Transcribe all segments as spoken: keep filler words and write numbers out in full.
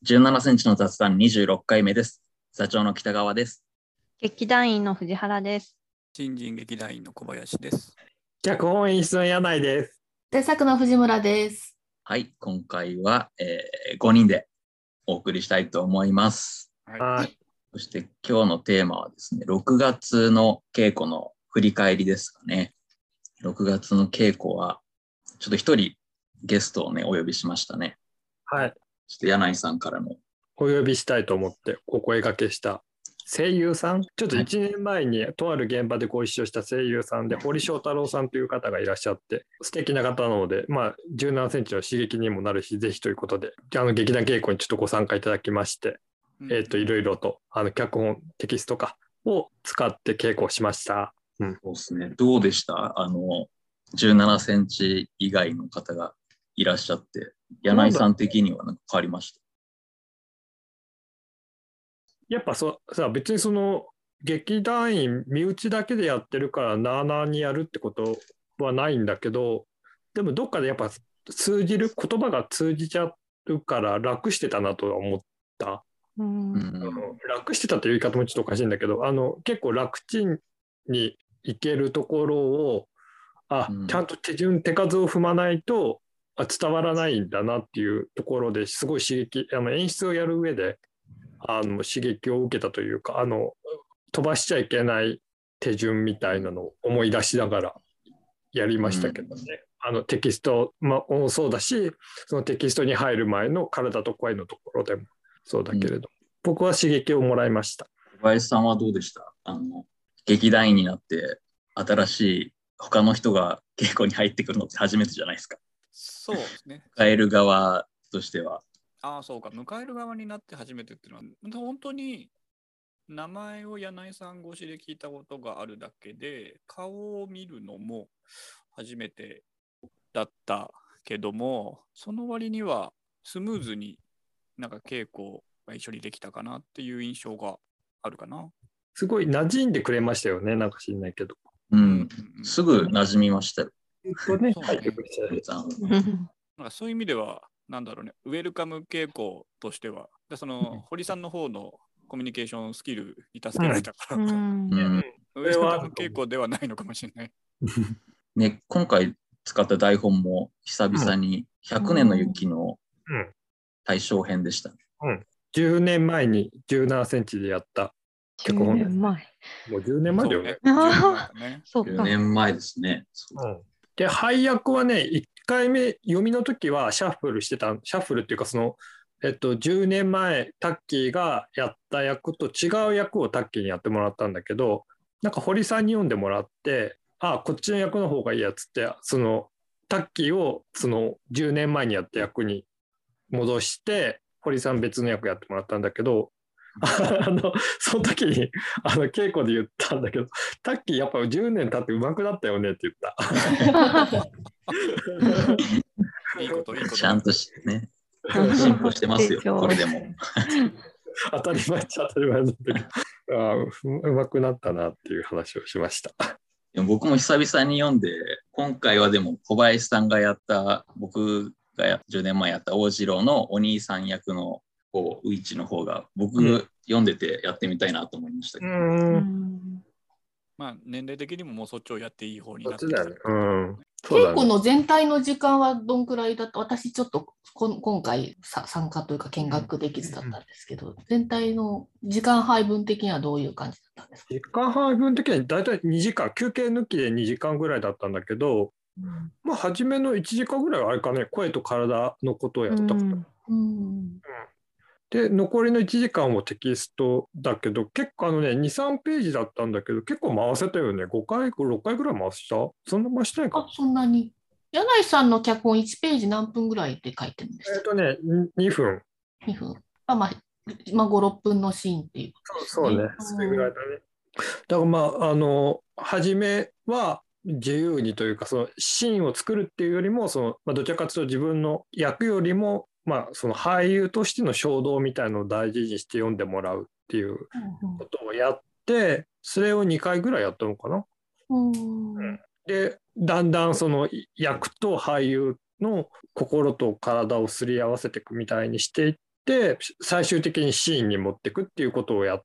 じゅうななセンチの雑談にじゅうろっかいめです。座長の北川です。 劇団員の藤原です。 新人劇団員の小林です。 脚本演出の柳井です。 制作の藤村です。 はい、今回は、えー、ごにんでお送りしたいと思います。 はい。 そして今日のテーマはですね、ろくがつの稽古の振り返りですかね。ろくがつの稽古はちょっと一人ゲストをねお呼びしましたね。 はい。 ちょっと柳井さんからのお呼びしたいと思ってお声掛けした声優さん、ちょっといちねんまえにとある現場でご一緒した声優さんで、堀翔太郎さんという方がいらっしゃって、素敵な方なので、まあ、じゅうななセンチの刺激にもなるし、ぜひということで、あの劇団稽古にちょっとご参加いただきまして、うん、えっと、いろいろと、あの、脚本、テキストかを使って稽古をしました。 うん、そうですね。どうでした？あの、じゅうななセンチ以外の方がいらっしゃって、柳井さん的には何か変わりました？ やっぱそさ別にその劇団員身内だけでやってるからなあなあにやるってことはないんだけど、でもどっかでやっぱ通じる言葉が通じちゃうから楽してたなとは思った。うん、楽してたという言い方もちょっとおかしいんだけど、あの結構楽ちんに行けるところをあ、うん、ちゃんと手順手数を踏まないとあ伝わらないんだなっていうところですごい刺激、あの演出をやる上であの刺激を受けたというか、あの飛ばしちゃいけない手順みたいなのを思い出しながらやりましたけどね、うん、あのテキストもそうだし、そのテキストに入る前の体と声のところでもそうだけれど、うん、僕は刺激をもらいました。 小林さんはどうでした？あの劇団員になって新しい他の人が稽古に入ってくるのって初めてじゃないですか。 そうですね。 迎える側としては。 ああ、そうか。迎える側になって初めてっていうのは、本当に名前を柳井さん越しで聞いたことがあるだけで、顔を見るのも初めてだったけども、その割にはスムーズになんか稽古が一緒にできたかなっていう印象があるかな。 すごい馴染んでくれましたよね、なんか知んないけど。 うん、すぐ馴染みましたよ。 そうね、入ってくれちゃう。 なんかそういう意味では、なんだろうね、ウェルカム傾向としては、でその、うん、堀さんの方のコミュニケーションスキルに助けられたから、うん、ウェルカム傾向ではないのかもしれない。 ね、今回使った台本も久々にひゃくねんの雪の大正編でしたね。 うんうん、じゅうねんまえにじゅうななセンチでやった脚本です。 じゅうねんまえ。 もうじゅうねんまえだよね。 じゅうねんまえですね。 うん、で配役はね、いっかいめ読みの時はシャッフルしてた、シャッフルっていうかその、えっと、じゅうねんまえタッキーがやった役と違う役をタッキーにやってもらったんだけど、なんか堀さんに読んでもらって、あこっちの役の方がいいやつって、そのタッキーをそのじゅうねんまえにやった役に戻して堀さん別の役やってもらったんだけど、あのその時にあの稽古で言ったんだけど、タッキーやっぱじゅうねん経って上手くなったよねって言った。 いいこといいこと。 ちゃんとしてね、進歩してますよ、これでも。 当たり前っちゃ当たり前なんだけど、あ上手くなったなっていう話をしました。 でも僕も久々に読んで、今回はでも小林さんがやった、僕がじゅうねんまえやった大次郎のお兄さん役のこうウイチの方が僕、うん、読んでてやってみたいなと思いましたけど、 うんまあ、年齢的にももうそっちをやっていい方になってきた、ね、 うん、 稽古の全体の時間はどんくらいだった？私ちょっとこ今回さ参加というか見学できずだったんですけど、うん、全体の時間配分的にはどういう感じだったんですか？ 時間配分的にはだいたいにじかん、休憩抜きでにじかんぐらいだったんだけど、うん、まあ初めのいちじかんぐらいはあれかね、声と体のことをやったから、うんうんで残りのいちじかんもテキストだけど、結構あのねに、さんページだったんだけど結構回せたよね。ごかいろっかいぐらい回した？そんな回してないか。 あ、そんなに。柳井さんの脚本いちページ何分ぐらいで書いてるんですか？ えっとねにふん。 にふん。あ、まあ、まあ、ご、ろっぷんのシーンっていうことですね。 そうね、それぐらいだね。だからまああの初めは自由にというか、そのシーンを作るっていうよりもその、まあ、どちらかというと自分の役よりもまあ、その俳優としての衝動みたいのを大事にして読んでもらうっていうことをやって、それをにかいぐらいやったのかな。うん、でだんだんその役と俳優の心と体をすり合わせていくみたいにしていっって最終的にシーンに持っていくっていうことをやって、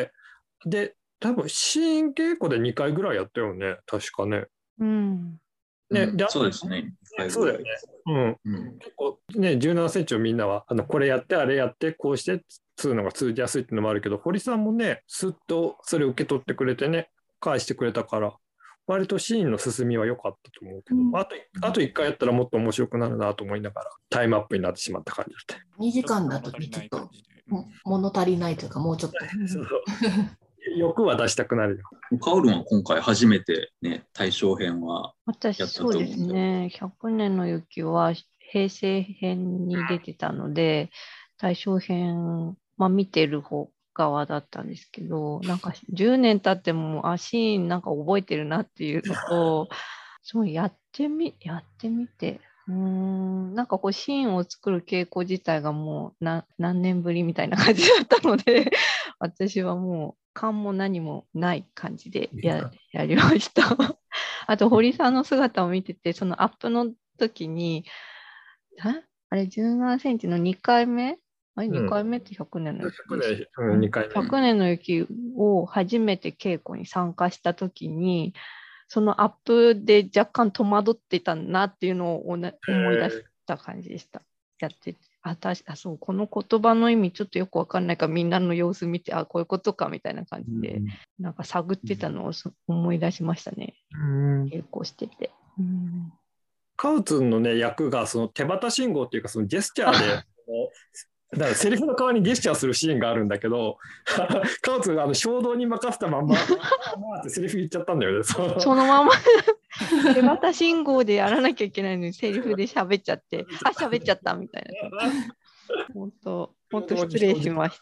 で多分シーン稽古でにかいぐらいやったよね、確かね。 うんね、 うんでそうですね。 そうだよね。うんうん結構ね、じゅうななセンチをみんなはあのこれやってあれやってこうしてつうのが通じやすいっていうのもあるけど、堀さんもねすっとそれを受け取ってくれてね返してくれたから割とシーンの進みは良かったと思うけど、 うんあとあといっかいやったらもっと面白くなるなと思いながらタイムアップになってしまった感じだった。 にじかんだとちょっとね、ちょっと物足りない感じで。 も物足りないというか、もうちょっと。 そうそう欲は出したくなるよ。 カオルンは今回初めてね、大正編は私、 やったと思うんだよそうですね。ひゃくねんの雪は平成編に出てたので、大正編、まあ見てる方側だったんですけど、なんかじゅうねん経っても、あ、シーンなんか覚えてるなっていうのと、そうやってみ、やってみて、うーん、なんかこうシーンを作る稽古自体がもうな何年ぶりみたいな感じだったので、私はもう勘も何もない感じでや、やりました。あと、堀さんの姿を見てて、そのアップの時に、ああれ、じゅうななセンチのにかいめあれ、 うんにかいめってひゃくねんの雪 100 です年、うん、にかいめ。 ひゃくねんの雪を初めて稽古に参加した時に、そのアップで若干戸惑ってたなっていうのをおな思い出した感じでした。やってて。あ、たしあそうこの言葉の意味ちょっとよくわかんないからみんなの様子見て、あ、こういうことかみたいな感じで、なんか探ってたのをそ思い出しましたね。 うん稽古してて。うんカウツンのね役がその手旗信号っていうかそのジェスチャーでだからセリフの代わりにジェスチャーするシーンがあるんだけどカウツンあの衝動に任せたまんままあってセリフ言っちゃったんだよね。そうそのまま手旗信号でやらなきゃいけないのにセリフで喋っちゃって、あ、喋っちゃったみたいな。本当、本当失礼しました。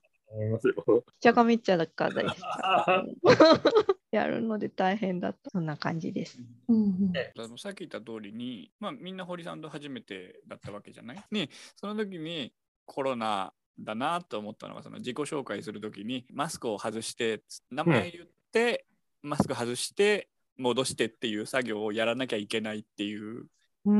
思いますよ。 しちゃがめっちゃだからでした。やるので大変だった。そんな感じです。 うんうんあのさっき言った通りに、まあ、みんな堀さんと初めてだったわけじゃないに、その時にコロナだなと思ったのが、その自己紹介する時にマスクを外して名前言って、マスク外して戻してっていう作業をやらなきゃいけないっていう、 うん。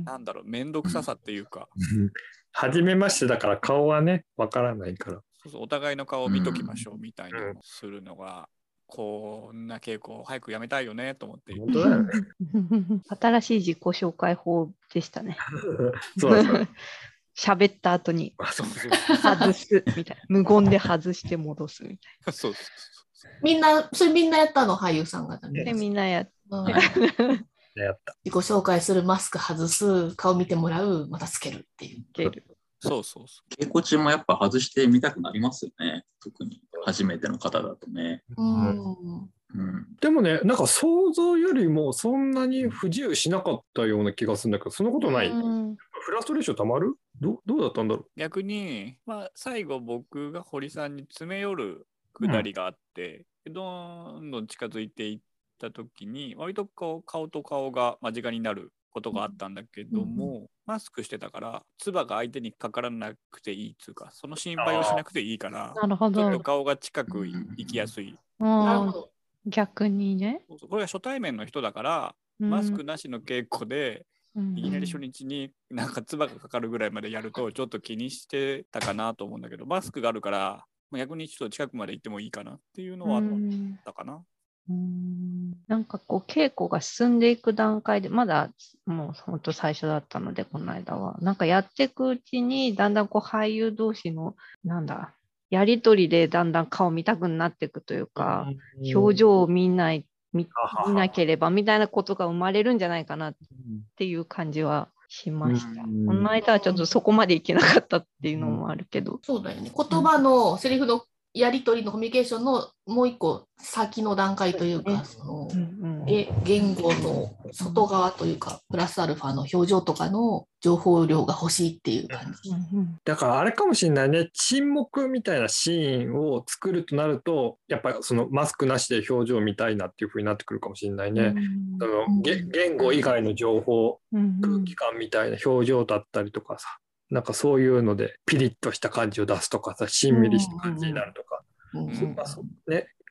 なんだろう、めんどくささっていうか、 初めましてだから顔はねわからないから。 そうそうお互いの顔を見ときましょうみたいなのをするのが、こんな稽古早くやめたいよねと思って。 本当だよね。 新しい自己紹介法でしたね。 そうそう。 喋った後にあそうそう外すみたいな。無言で外して戻すみたいそうそうそうみんな、それみんなやったの、俳優さん方な。で、 ね。 みんなやっうんやった。 自己紹介する、マスク外す、顔見てもらう、またつけるっていう。 てる。 そうそうそ稽古中もやっぱ外してみたくなりますよね。特に初めての方だとね。 うんうん、 でもねなんか想像よりもそんなに不自由しなかったような気がするんだけど、そんなことない。 うんフラストレーションたまる？どどうだったんだろう。 逆に、まあ、最後僕が堀さんに詰め寄るくだりがあって、どんどん近づいていった時に割とこう顔と顔が間近になることがあったんだけども、 うんマスクしてたから唾が相手にかからなくていいっていうか、その心配をしなくていいからなるほどちょっと。顔が近く行きやすい。 うんなるほど。 逆にね。 そうそうこれが初対面の人だから、マスクなしの稽古でうんいきなり初日になんか唾がかかるぐらいまでやるとちょっと気にしてたかなと思うんだけど、マスクがあるから逆にちょっと近くまで行ってもいいかなっていうのはあったかな。 うんなんかこう稽古が進んでいく段階でまだもう本当最初だったのでこの間はなんかやっていくうちにだんだんこう俳優同士のなんだやり取りでだんだん顔見たくなっていくというか、表情を見ない見見なければみたいなことが生まれるんじゃないかなっていう感じはしました。 うんこの間はちょっとそこまでいけなかったっていうのもあるけど。 そうだよね。言葉のセリフのやり取りのコミュニケーションのもう一個先の段階というか、そのうんうんげ言語の外側というか、プラスアルファの表情とかの情報量が欲しいっていう感じ。 うんうんだからあれかもしれないね、沈黙みたいなシーンを作るとなるとやっぱりそのマスクなしで表情を見たいなっていう風になってくるかもしれないね。そのげ言語以外の情報、 うん空気感みたいな表情だったりとかさ、なんかそういうのでピリッとした感じを出すとかさ、しんみりした感じになるとか、 うんうんまあそうね、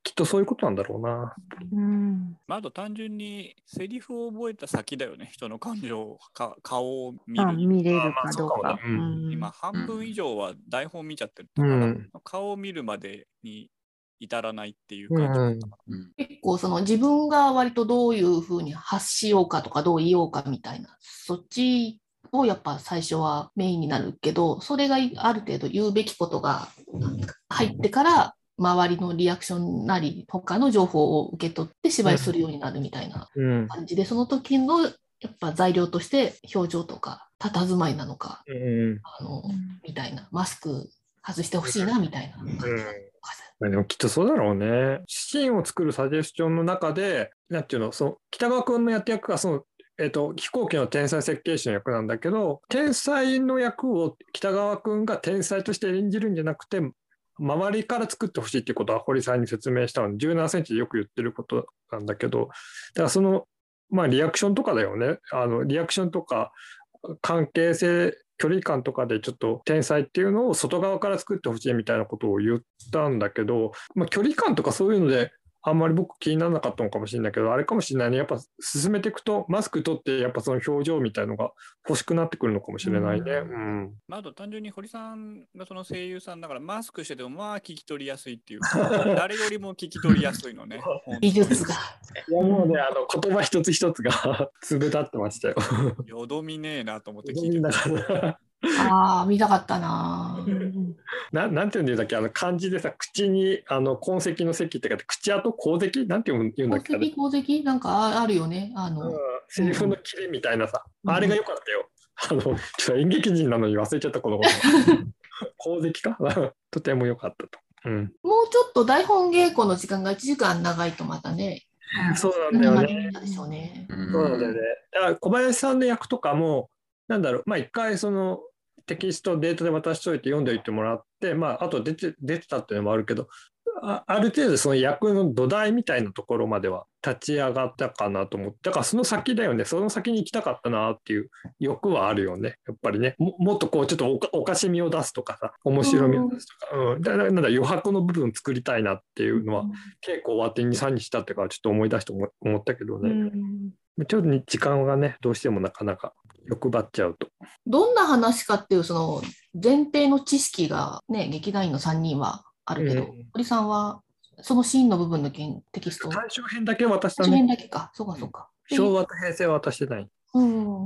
きっとそういうことなんだろうな。 うんまあ、あと単純にセリフを覚えた先だよね、人の感情か、顔を見あ、 る。 見れるあまあかどうか。 そうかもねうん今、半分以上は台本見ちゃってるうから、 ん。 顔を見るまでに至らないっていうう感じだっんたかうん結構その自分が割とどういうふうに発しようかとかどう言おうかみたいな、そっちをやっぱ最初はメインになるけど、それがある程度言うべきことが入ってから周りのリアクションなり他の情報を受け取って芝居するようになるみたいなうん感じで、その時のやっぱ材料として表情とか佇まいなのか、 うんあのみたいな、マスク外してほしいなみたいな感じなのか。 まあでもきっとそうだろうね。シーンを作るサジェスションの中で、なんていうの、その北川君のやった役がその、えっと、飛行機の天才設計士の役なんだけど、天才の役を北川君が天才として演じるんじゃなくて、周りから作ってほしいっていうことは堀さんに説明したので、じゅうななセンチでよく言ってることなんだけど、だからその、まあリアクションとかだよね。あの、リアクションとか関係性、距離感とかでちょっと天才っていうのを外側から作ってほしいみたいなことを言ったんだけど、まあ、距離感とかそういうのであんまり僕気にならなかったのかもしれないけど、あれかもしれないね。やっぱ進めていくとマスク取ってやっぱその表情みたいのが欲しくなってくるのかもしれないね。うん。 まあ、あと単純に堀さんがその声優さんだからマスクしててもまあ聞き取りやすいっていうか、誰よりも聞き取りやすいのね。 技術が。 いやもうね、あの言葉一つ一つが粒立ってましたよ。 よどみねえなと思って聞いてた。 ああ、見たかったな。 ななんていうんだっけ、あの漢字でさ、口にあの痕跡の跡って書いて、口跡鉱石なんて言うんだっけ、あれ。 功績、功績なんかあるよね。あの、 うん、セリフの切りみたいなさ、 うんあれが良かったよ。あのちょっと演劇人なのに忘れちゃったこのこと。功績かとても良かったと。うん、 もうちょっと台本稽古の時間がいちじかん長いとまたね。 そうなんだよね。 でしょうね。 そうなんだよね。だから小林さんの役とかも、なんだろう、まあ一回そのテキストデータで渡しといて読んでおいてもらって、まああと出て出てたっていうのもあるけど、あ, ある程度その役の土台みたいなところまでは立ち上がったかなと思って、だからその先だよね、その先に行きたかったなっていう欲はあるよね、やっぱりね。 も, もっとこうちょっと お, かおかしみを出すとかさ、面白みを出すとか、うん、だからなんだ余白の部分作りたいなっていうのは、稽古終わってに、さんにち経ってからちょっと思い出して思思ったけどね、うん、ちょっと時間がねどうしてもなかなか欲張っちゃうと。 どんな話かっていうその前提の知識がね、劇団員のさんにんはあるけど、うん、堀さんはそのシーンの部分のテキスト。 対象編だけ渡したね。 対象編だけか。そうかそうか。 昭和と平成は渡してない。 うん。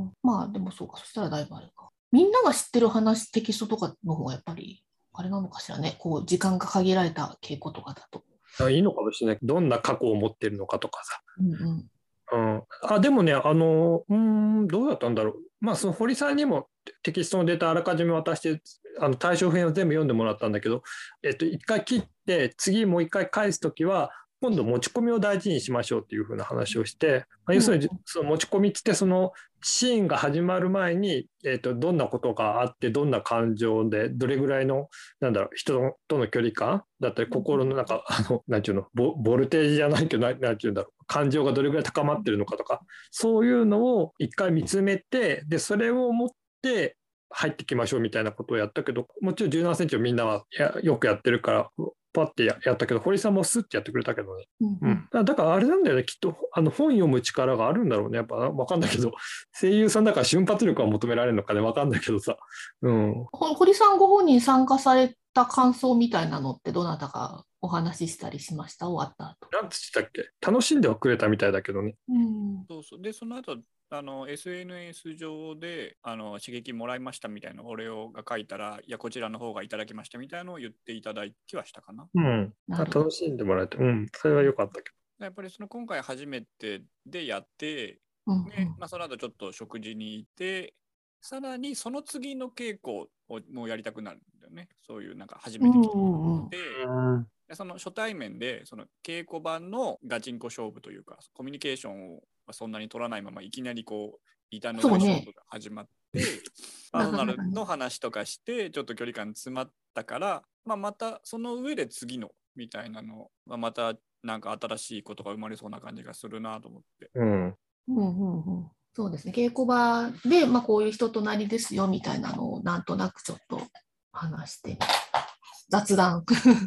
まあでもそうか。そしたらだいぶあれか。みんなが知ってる話、テキストとかの方がやっぱりあれなのかしらね。こう時間が限られた稽古とかだと。 いいのかもしれない。どんな過去を持ってるのかとかさ。 うんうんうん、あでもね、あのうーんどうだったんだろう。まあその堀さんにもテキストのデータあらかじめ渡してあの対象編を全部読んでもらったんだけど、えっと、一回切って次もう一回返すときは今度持ち込みを大事にしましょうっていうふうな話をして、まあ、要するにその持ち込みってそのシーンが始まる前に、えっと、どんなことがあってどんな感情でどれぐらいのなんだろう人との距離感だったり心の中あのなんていうの ボ, ボルテージじゃないけどなんていうんだろう感情がどれぐらい高まってるのかとかそういうのを一回見つめてでそれを持って入ってきましょうみたいなことをやったけどもちろんじゅうななセンチをみんなはやよくやってるからパッて や, やったけど堀さんもスッてやってくれたけどね、うんうん、だからあれなんだよねきっとあの本読む力があるんだろうねやっぱ分かんないけど声優さんだから瞬発力が求められるのかね分かんないけどさ、うん、 堀さんご本人参加された感想みたいなのってどなたかお話ししたりしました終わった後。 なんつったっけ楽しんではくれたみたいだけどね、 うん、 そうそうでその後あの エスエヌエス 上であの刺激もらいましたみたいなお礼をが書いたらいやこちらの方がいただきましたみたいなのを言っていただきはしたかな。 うん、楽しんでもらえて、うん、それは良かったけどやっぱりその今回初めてでやって、 うんうんでまあ、その後ちょっと食事に行ってさらにその次の稽古をもうやりたくなるんだよね。そういうなんか初めて来て、 うんうん、 でその初対面でその稽古版のガチンコ勝負というかコミュニケーションをそんなに取らないままいきなりこう板の勝負が始まって、ね、パーソナルの話とかしてちょっと距離感詰まったから、まあ、またその上で次のみたいなの、まあ、またなんか新しいことが生まれそうな感じがするなと思って、 うんうんうんうん、そうですね稽古場で、まあ、こういう人となりですよみたいなのをなんとなくちょっと話して雑談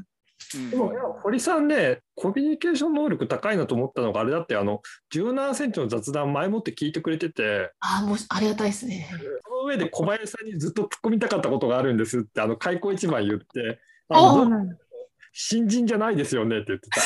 うんでもいや堀さんね、コミュニケーション能力高いなと思ったのが、あれだって、あのじゅうななセンチの雑談前もって聞いてくれてて、 ああ、もうありがたいですね。 その上で小林さんにずっと突っ込みたかったことがあるんですって、あの開口一番言って、あのどそうなんだ。 新人じゃないですよねって言ってた。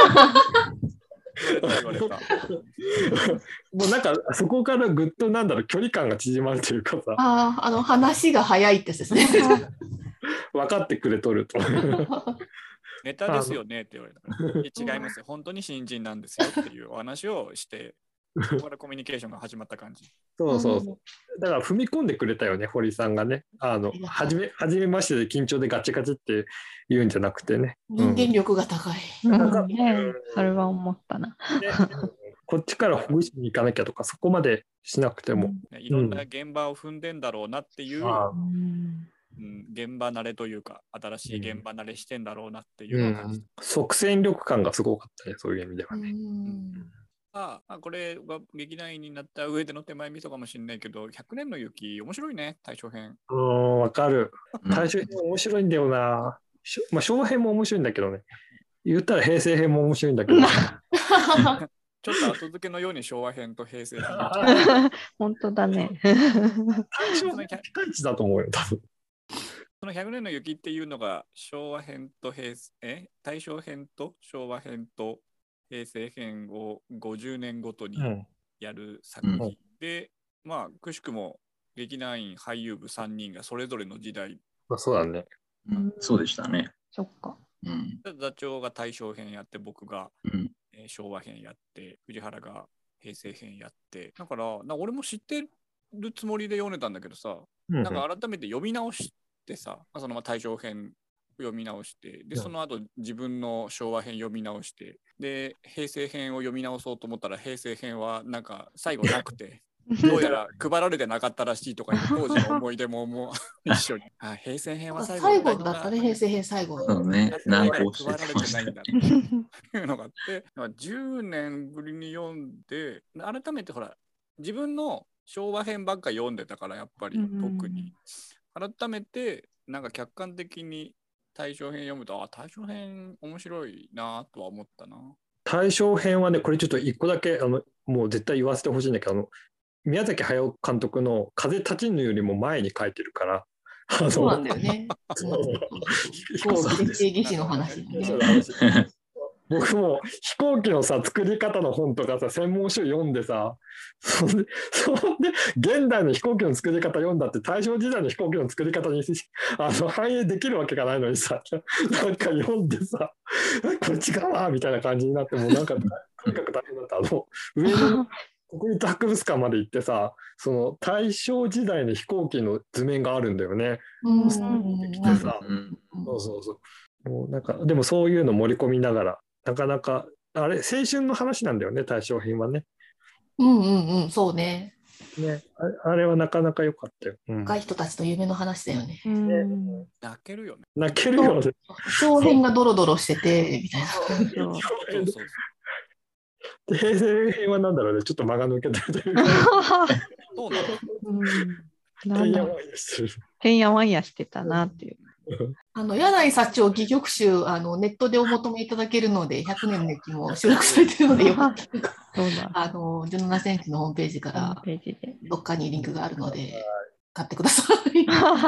言われた言われた。 もうなんかそこからぐっとなんだろう、距離感が縮まるというかさ、 ああ、あの話が早いってやつですね。 分かってくれとると。 ネタですよねって言われたから。いや違いますよ。本当に新人なんですよっていうお話をして、そこからコミュニケーションが始まった感じ。 そうそうそう。だから踏み込んでくれたよね、堀さんがね。あの、はじめ、はじめましてで緊張でガチガチって言うんじゃなくてね。 人間力が高い。 うんね、それは思ったな。 でこっちからほぐしに行かなきゃとか、そこまでしなくても。 ねいろんな現場を踏んでんだろうなっていう、 あうんうん、現場慣れというか、新しい現場慣れしてんだろうなっていううのを感じん、即戦力感がすごかったね、そういう意味ではうね。 んた。あこれが劇団員になった上での手前味噌かもしれないけど、ひゃくねんの雪、面白いね、大将編。 うん、わかる。 うん大衆編面白いんだよな。しょまあ、昭和編も面白いんだけどね。言ったら平成編も面白いんだけど。 ちょっと後付けのように昭和編と平成編。 本当だね。 大正編ピカイチだと思うよ、多分。 そのひゃくねんの雪っていうのが昭和編と平成、え大正編と昭和編と平成編をごじゅうねんごとにうん。 やる作品、 うんで、まあ、くしくも劇団員俳優部さんにんがそれぞれの時代、 まあ、そうだね。 うんそうでしたね。 そっか。 うん。 座長が大正編やって、僕が、 うん。 えー昭和編やって、藤原が平成編やって、だから、な俺も知ってるつもりで読んでたんだけどさ、 うんなんか改めて読み直してさ、まあそのまあ大正編読み直して、で、 うんその後自分の昭和編読み直して、で、平成編を読み直そうと思ったら、平成編はなんか最後なくて、どうやら配られてなかったらしいとかいう当時の思い出ももう一緒に。あ、平成編は最後最後だったね、平成編最後。 そうね。難航して配られましたてないんだっていうのがあって、じゅうねんぶりに読んで、改めてほら、自分の昭和編ばっか読んでたから、やっぱり特に。改めて、なんか客観的に大正編読むと、あ、大正編面白いなとは思ったな。 大正編はね、これちょっと一個だけ、あの、もう絶対言わせてほしいんだけど、あの、宮崎駿監督の風立ちぬよりも前に書いてるから、あのそうなんだよね。 そう飛行機設定技師の話ね。 僕も飛行機のさ作り方の本とかさ専門書読んでさ、そんでそんで現代の飛行機の作り方読んだって大正時代の飛行機の作り方にあの反映できるわけがないのにさ、なんか読んでさ、これ違うわみたいな感じになって、もうなんかとにかく大変だった。あの上の国立博物館まで行ってさ、その大正時代の飛行機の図面があるんだよね。 うん来てさ、 うんそうそうそう。もうなんかでもそういうの盛り込みながら、なかなかあれ青春の話なんだよね、大正編はね。 うんうんうん、そうね。 ね、ああれはなかなか良かったよ。うん、 若い人たちの夢の話だよね。 うん泣けるよね。 泣けるよね。 小編がドロドロしてて、みたいな。 そうそうそうそう。 で平成編はなんだろうね、ちょっと間が抜けてるというか、 そうなの。 うんなんだてんやわんやしてる。 てんやわんやしてたなっていう。 あの柳井社長戯曲集あのネットでお求めいただけるので、ひゃくねんの雪も収録されてるのでよかったらそうだ。 あのじゅうななセンチのホームページかホームらページで。 どっかにリンクがあるので買ってください。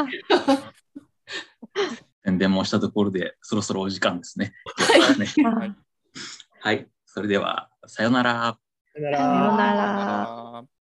宣伝もしたところで、そろそろお時間ですね。 はいねはいはい。それでは、さよなら。 さよなさよら。 なら。 ら。